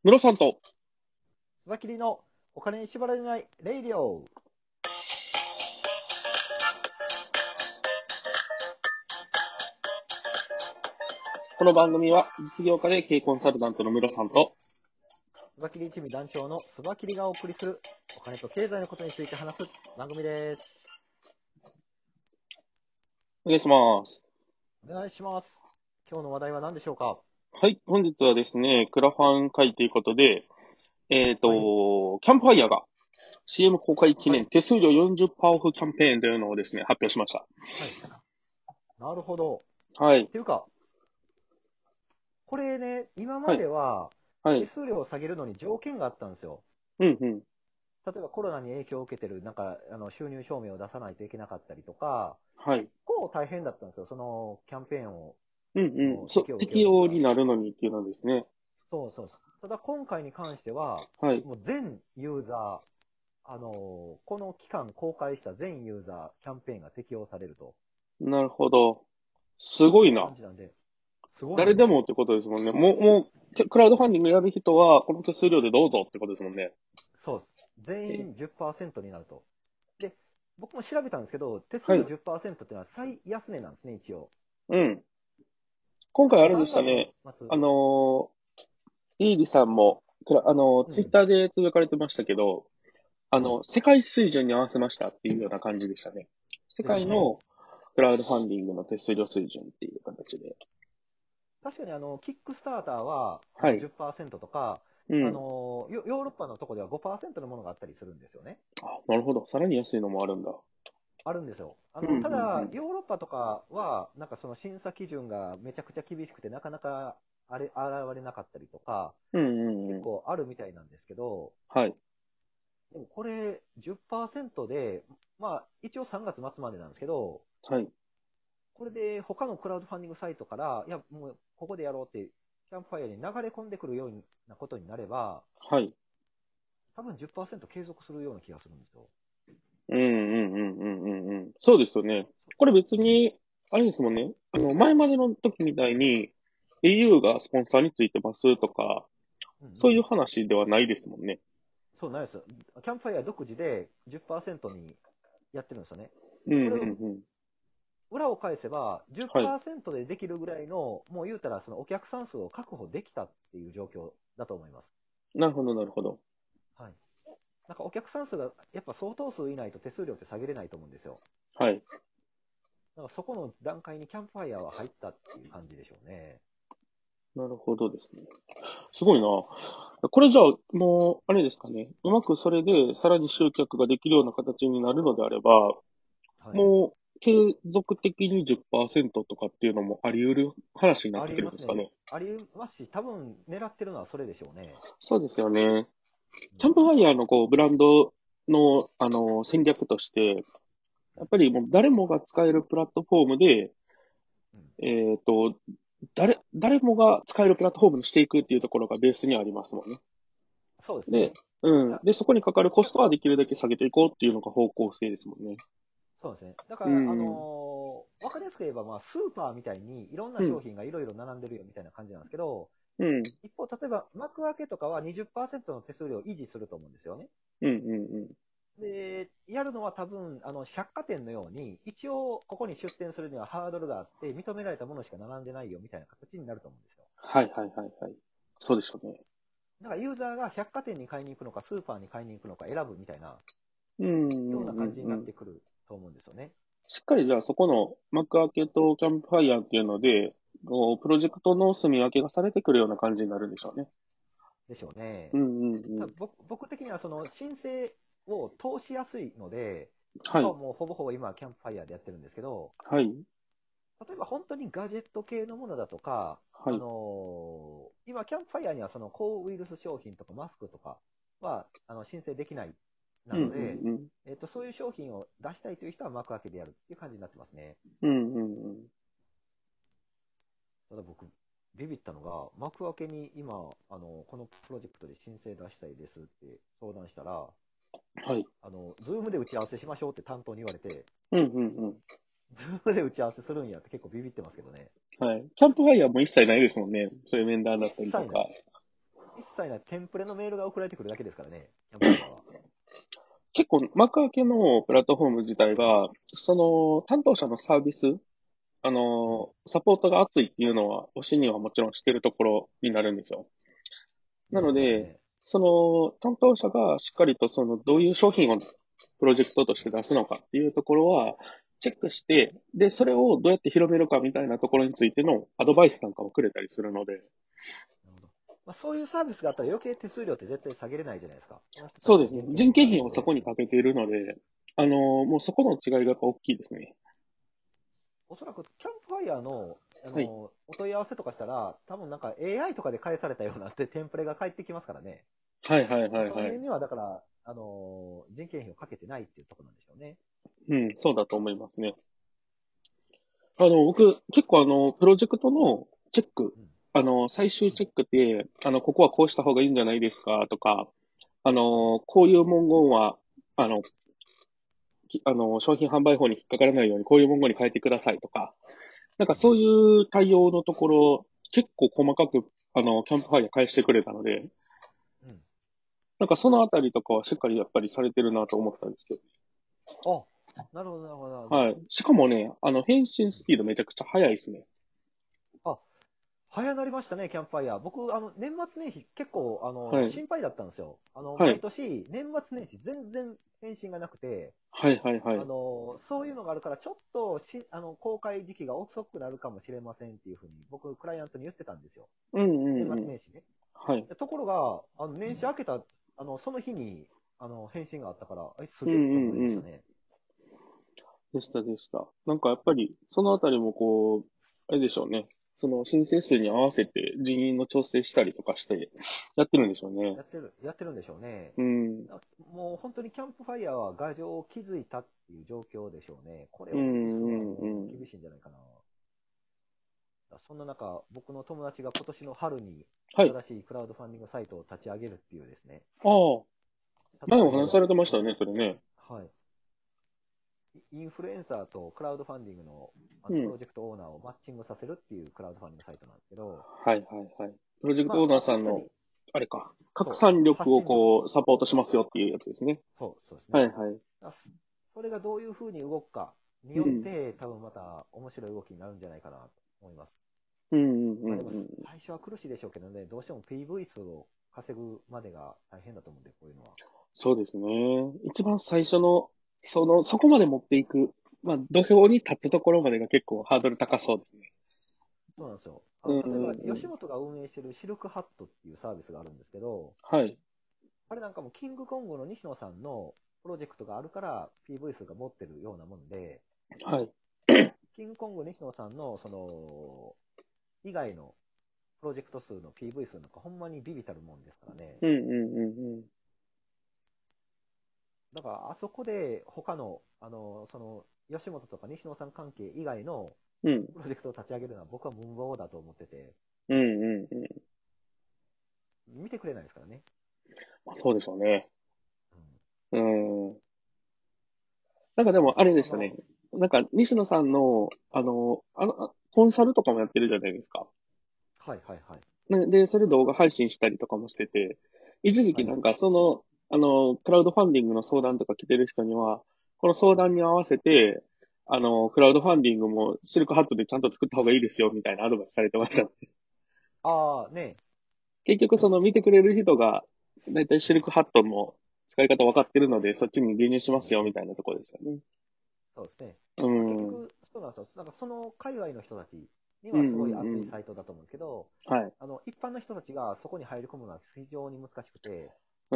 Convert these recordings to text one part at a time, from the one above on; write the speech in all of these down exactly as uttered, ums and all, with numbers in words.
ムロさんと、 つばきりのお金に縛られないレイディオ。 この番組は実業家で経営コンサルタントのムロさんと、 つばきり一味団長のつばきりがお送りするお金と経済のことについて話す番組です。 お願いします。 お願いします。今日の話題は何でしょうか？ はい、本日はですね、クラファン会ということで、えっはい。 と、キャンプファイヤーが シーエム 公開記はい。 念手数料よんじゅっパーセントオフキャンペーンというのをですね、発表しました。 はい。なるほど。 はい、 っていうか、これね、今まはい、 でははい、 手数料を下げるのに条件があったんですよ。 うん、うん、 例えばコロナに影響を受けてる、なんか、あの収入証明を出さないといけなかったりとか、 はい、 結構大変だったんですよ。そのキャンペーンをうん、うん、そう、 の適用を受け適るのが。 用になるのにっていうのですね。 そうそうそう。ただ今回に関しては、 はい、 もう全ユーザー、あのこの期間公開した全ユーザーキャンペーンが適用されるとなるほど。すごいういな。 感じなんで、すごいんですよ。 誰でもってことですもんね。もう、もう、クラウドファンディングやる人は、この手数料でどうぞってことですもんね。 そうです。全え員じゅっパーセントになると。で、僕も調べたんですけど、手数料はい。 じゅっパーセントっていうのは最安値なんですね、一応。 うん。今回あれで 3月のしたね。 末、 あのー、イーリさんも、くらあのー、 うん、 ツイッターでつぶやかれてましたけど、あはい。 の、世界水準に合わせましたっていうような感じでしたね。世ですよね。 界のクラウドファンディングの手数料水準っていう形で。 確かにあの、キックスターターはあのはい。 じゅっパーセントとか、あうん。 のヨヨーロッパのところではごパーセントのものがあったりするんですよね。 あ、なるほど。さらに安いのもあるんだ。 あるんですよ。あうん、うの、ただ、 ん、 ヨーロッパとかは、なんかその審査基準がめちゃくちゃ厳しくて、なかなかあれ、現れなかったりとか、 うん。うん、うん、 結うん。 構あるみたいなんですけど、 はい。 でもこれじゅっパーセントで、まあ、一応さんがつ末までなんですけど、 はい。 これで他のクラウドファンディングサイトから、いや、もうここでやろうって、キャンプファイヤーに流れ込んでくるようなことになれば、 はい。 多分じゅっパーセント継続するような気がするんですよ。 うん、うん、うん、うん、うん。うんそうですよね。これ別うん。 に、あれですもんね。あの、前までの時みたいに、エーユー がスポンサーについてますとか、 うんうん。 そういう話ではないですもんね。 そうなんですよ。キャンプファイヤー独自でじゅっパーセントにやってるんですよね。 うん、 これをうん、うん。 裏を返せばはい。 じゅっパーセントでできるぐらいの、もう言うたらそのお客さん数を確保できたっていう状況だと思います。 なるほど、なるほど。 はい。なんかお客さん数がやっぱ相当数いないと手数料って下げれないと思うんですよ。 はい。 だからそこの段階にキャンプファイヤーは入ったっていう感じでしょうね。 なるほどですね。すごいな。これじゃあ、もう、あれですかね。うまくそれでさらに集客ができるような形になるのであれば、 はい。 もう、継続的にじゅっパーセントとかっていうのもあり得る話になっあてくりますね。 るんですかね。 ありますし、多分狙ってるのはそれでしょうね。 そうですよね。 うん。 キャンプファイヤーのこう、ブランドの、あの、戦略として、やっぱりもう誰もが使えるプラットフォームで、 うん。 えっと、誰、誰もが使えるプラットフォームにしていくっていうところがベースにありますもんね。で、 そうですね。 うん。 いや、 で、そこにかかるコキャストはできるだけ下げていこうっていうのが方向性ですもんね。 そうですね。だかうら、あん。 のーわかりやすく言えば、まあ、スーパーみたいにいろんなうん。 商品がいろいろ並んでるよみたいな感じなんですけど、 うん。 一方、例えば、幕開けとかはにじゅっパーセントの手数料を維持すると思うんですよね。 うん。うん。 で、やるのは多分、あの、百貨店のように、一応、ここに出店するにはハードルがあって、認められたものしか並んでないよみたいな形になると思うんですよ。 はいはいはいはい。そうでしょうね。 だから、ユーザーが百貨店に買いに行くのか、スーパーに買いに行くのか選ぶみたいな、 うん。うん。 ような感じにうん。 なってくると思うんですよね。 しっかりじゃあそこの幕開けとキャンプファイヤーっていうので、こうプロジェクトの住み分けがされてくるような感じになるんでしょうね。 でしょうね。 うんうんうん。 た僕僕的にはその申請を通しやすいので、 はい。 僕はもうほぼほぼ今、キャンプファイヤーでやってるんですけど、 はい。 例えば本当にガジェット系のものだとか、あはい。 のー今、キャンプファイヤーにはその抗ウイルス商品とかマスクとかはあの申請できないうんうなので、 んうん。 えっと、そういう商品を出したいという人は幕開けでやるっていう感じになってますね。 うんうんうん。 ただ僕、ビビったのが、幕開けに今、あのこのプロジェクトで申請出したいですって相談したら、 はい。 あの、ズームで打ち合わせしましょうって担当に言われて、 うんうんうん。 ズームで打ち合わせするんやって結構ビビってますけどね。 はい。キャンプファイヤーも一切ないですもんね。そういう面談だ一ったりとか。 切ない。 一切ないテンプレのメールが送られてくるだけですからね、キャンプファイヤーは。 結構、幕開けのプラットフォーム自体が、その、担当者のサービス、あうん。 の、サポートが熱いっていうのは、推しにはもちろんしてるところになるんですよ。なでしので、 ょうね。 その、担当者がしっかりとその、どういう商品をプロジェクトとして出すのかっていうところは、チェックして、で、それをどうやって広めるかみたいなところについてのアドバイスなんかもくれたりするので、 なるほど。まあ、そういうサービスがあったら余計手数料って絶対下げれないじゃないですか。その人たちのそうですね。 人件費が人件費をそあるんで。 こにかけているので、あの、もうそこの違いがやっぱ大きいですね。 おそらくキャンプファイヤーの、あはい。 の、お問い合わせとかしたら、多分なんか エーアイ とかで返されたようなってテンプレが返ってきますからね。 はいはいまあ、 はいはい。 その辺にはだから、あの、人件費をかけてないっていうところなんでしょうね。 うん、そうだと思いますね。あの、僕、結構あの、プロジェクトのチェック、 うん。 あの、最終うん。 チェックで、あの、ここはこうした方がいいんじゃないですかとか、あはい。 の、こういう文言は、あの、きあの、商品販売法に引っかからないようにこういう文言に変えてくださいとか、なんかうん。 そういう対応のところ、結構細かく、あの、キャンプファイヤー返してくれたので、 うん。 なんかそのあたりとかはしっかりやっぱりされてるなと思ったんですけど。 あ、なるほど、なるほど、なるほど。 はい。しかもね、あの、返信スピードめちゃくちゃ速いですね。 あ、早なりましたね、キャンプファイヤー。僕、あの、年末年始結構、あの、 はい。 心配だったんですよ。あの、 はい。 毎年、年末年始全然返信がなくて、 はいはいはい。 あの、そういうのがあるから、ちょっとし、あの、公開時期が遅くなるかもしれませんっていうふうに、僕、クライアントに言ってたんですよ。 うんう年んうん。 末年始ね。 はい。 ところが、あの、年始明けた、あの、その日に、あの、返信があったから、え、すうんげえと思いうんうん。 ましたね。 でしたでした。なんかやっぱり、そのあたりもこう、あれでしょうね。その申請数に合わせて人員の調整したりとかしてやってるんでしょうね。 やってる、やってるんでしょうね。 うん。 あもう本当にキャンプファイヤーは牙城を築いたっていう状況でしょうね。これうんを崩すのはうんうん。 もう厳しいんじゃないかな。そんな中、僕の友達が今年の春にはい。 新しいクラウドファンディングサイトを立ち上げるっていうですね、 ああ、前戦いを、 お話しされてましあの、 たよね、それね。 はい、インフルエンサーとクラウドファンディングのあのプうん。 ロジェクトオーナーをマッチングさせるっていうクラウドファンディングサイトなんですけど、 はいはいはい。プロジェクトオーまあ、 ナーさんの、 確かに、 あれか、拡そう、 散力を発信力、 こう、サポートしますよっていうやつですね。 そう、そうですね。 はいはい。 あそれがどういうふうに動くかによっうん。 て、多分また面白い動きになるんじゃないかなと思います。 うんうんうまあでも、 んうん。 最初は苦しいでしょうけどね、どうしても ピーブイ 数を稼ぐまでが大変だと思うんで、こういうのは。 そうですね。一番最初の、その、そこまで持っていく、まあ、土俵に立つところまでが結構ハードル高そうですね。 そうなんですよ。あの、 うん例えば、 うんうん。 吉本が運営しているシルクハットっていうサービスがあるんですけど、 はい。 あれなんかもキングコングの西野さんのプロジェクトがあるから ピーブイ 数が持ってるようなもんで、 はい。 キングコング西野さんのその、以外のプロジェクト数の ピーブイ 数なんかほんまにビビたるもんですからね。 うんうんうんうん。 だからあそこで他の、あの、その、吉本とか西野さん関係以外のうん。 プロジェクトを立ち上げるのは僕は無謀だと思ってて、 うんうんうん。 見てくれないですからね。 まあ、そうでしょうね。 うん、 うん。なんかでまあも、あれでその、 したね。なんか、西野さんの、あの、あの、あコンサルとかもやってるじゃないですか。 はいはいはい。 ねで、それ動画配信したりとかもしてて、一時はい。 期なんかその、あの、クラウドファンディングの相談とか来てる人には、この相うん、 談に合わせて、あの、クラウドファンディングもシルクハットでちゃんと作った方がいいですよ、みたいなアドバイスされてました。 ああ、ね。 結局その見てくれる人が、だいたいシルクハットの使い方分かってるので、そっちに流入しうん、うん。 ますよ、みたいなところですよね。 そうですね。 うまあ、結ん。うん局、そうなんですよ。なんかその界隈の人たちにうんはすごいうん。 熱いサイトだと思うんですけど、 はい。 あの、一般の人たちがそこに入り込むのは非常に難しくて、 うん。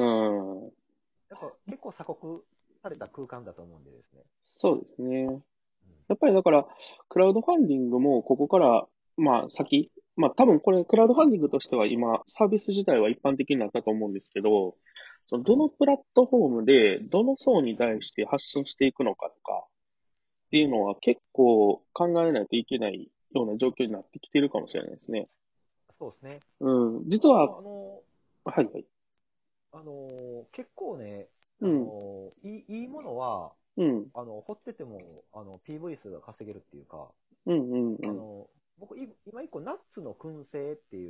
やっぱ結構鎖国された空間だと思うんでですね。 そうですね。 うん。 やっぱりだから、クラウドファンディングもここから、まあ先、まあ多分これクラウドファンディングとしては今、サービス自体は一般的になったと思うんですけど、そのはい。 どのプラットフォームで、どの層に対して発信していくのかとかってうん。 いうのは結構考えないといけないような状況になってきているかもしれないですね。 そうですね。 うん。実は、 まあ、あの、 はいはい。 あの、結構ね、あうん。 の、いい、いいものは、 うん。 あの、掘ってても、あの、ピーブイ 数が稼げるっていうか、 うんうんうん。 あの、僕、い今一個、ナッツの燻製っていう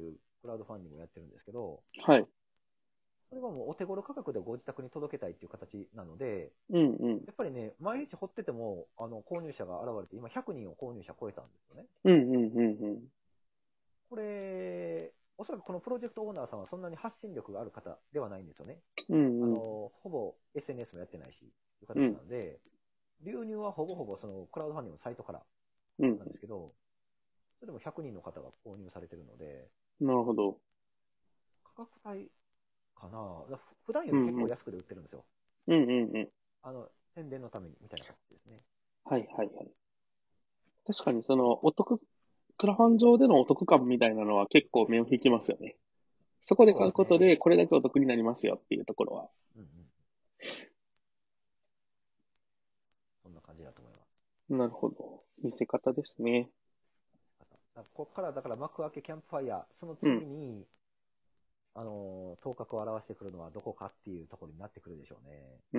クラウドファンディングをやってるんですけど、 はい。 それはもうお手頃価格でご自宅に届けたいっていう形なので、 うんうん。 やっぱりね、毎日掘ってても、あの、購入者が現れて、今ひゃくにんを購入者超えたんですよね。 うんうんうんうん。 これ、おそらくこのプロジェクトオーナーさんはそんなに発信力がある方ではないんですよね。 うんうん。 あの、ほぼ エスエヌエス もやってないし、という形なので、流入はほぼほぼそのクラウドファンディングのサイトからうん。 なんですけど、それでもひゃくにんの方が購入されてるので、 なるほど。 価格帯かな、だ普段より結うんうん。 構安くで売ってるんですよ。 うんうんうん。 あの、宣伝のためにみたいな形ですね。 はいはいはい。確かにその、お得、クラファン上でのお得感みたいなのは結構目を引きますよね。そこでそうですね。 買うことで、これだけお得になりますよっていうところは。 うんうん。そんな感じだと思います。 なるほど。見せ方ですね。 だここからだから幕開けキャンプファイヤー、そのうん。 次に、あの、頭角を表してくるのはどこかっていうところになってくるでしょうね。 うん。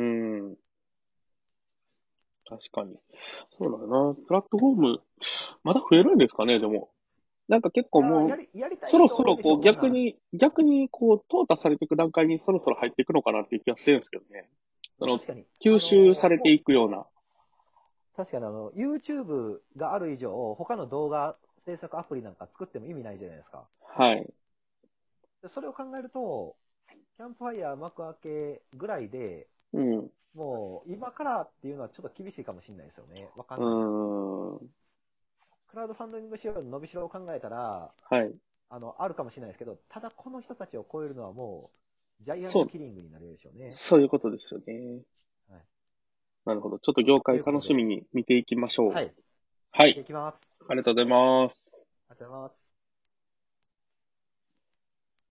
確かに。そうだよな。プラットフォーム、まだ増えるんですかね、でも。なんか結いやー、 構もう、 やり、やりたいそろ人多いでしょう、 そろこうこんなん。 逆に、逆にこう、淘汰されていく段階にそろそろ入っていくのかなっていう気がしてるんですけどね。その、 確かに。 吸あ収されてのーもいくような。 う、確かにあの、YouTube がある以上、他の動画制作アプリなんか作っても意味ないじゃないですか。 はい。 でそれを考えると、キャンプファイヤー幕開けぐらいで、 うん。うもう今からっていうのはちょっと厳しいかもしれないですよね。わかーんないな。 ん。 クラウドファンディング仕様の伸びしろを考えたら、 はい。 あの、あるかもしれないですけど、ただこの人たちを超えるのはもう、ジャイアンそう、 トキリングになるでしょうね。 そういうことですよね。 はい。 なるほど。ちょっと業界ということで、 楽しみに見ていきましょう。 はい。見てはい。 いきます。 ありがとうございます。 ありがとうございます。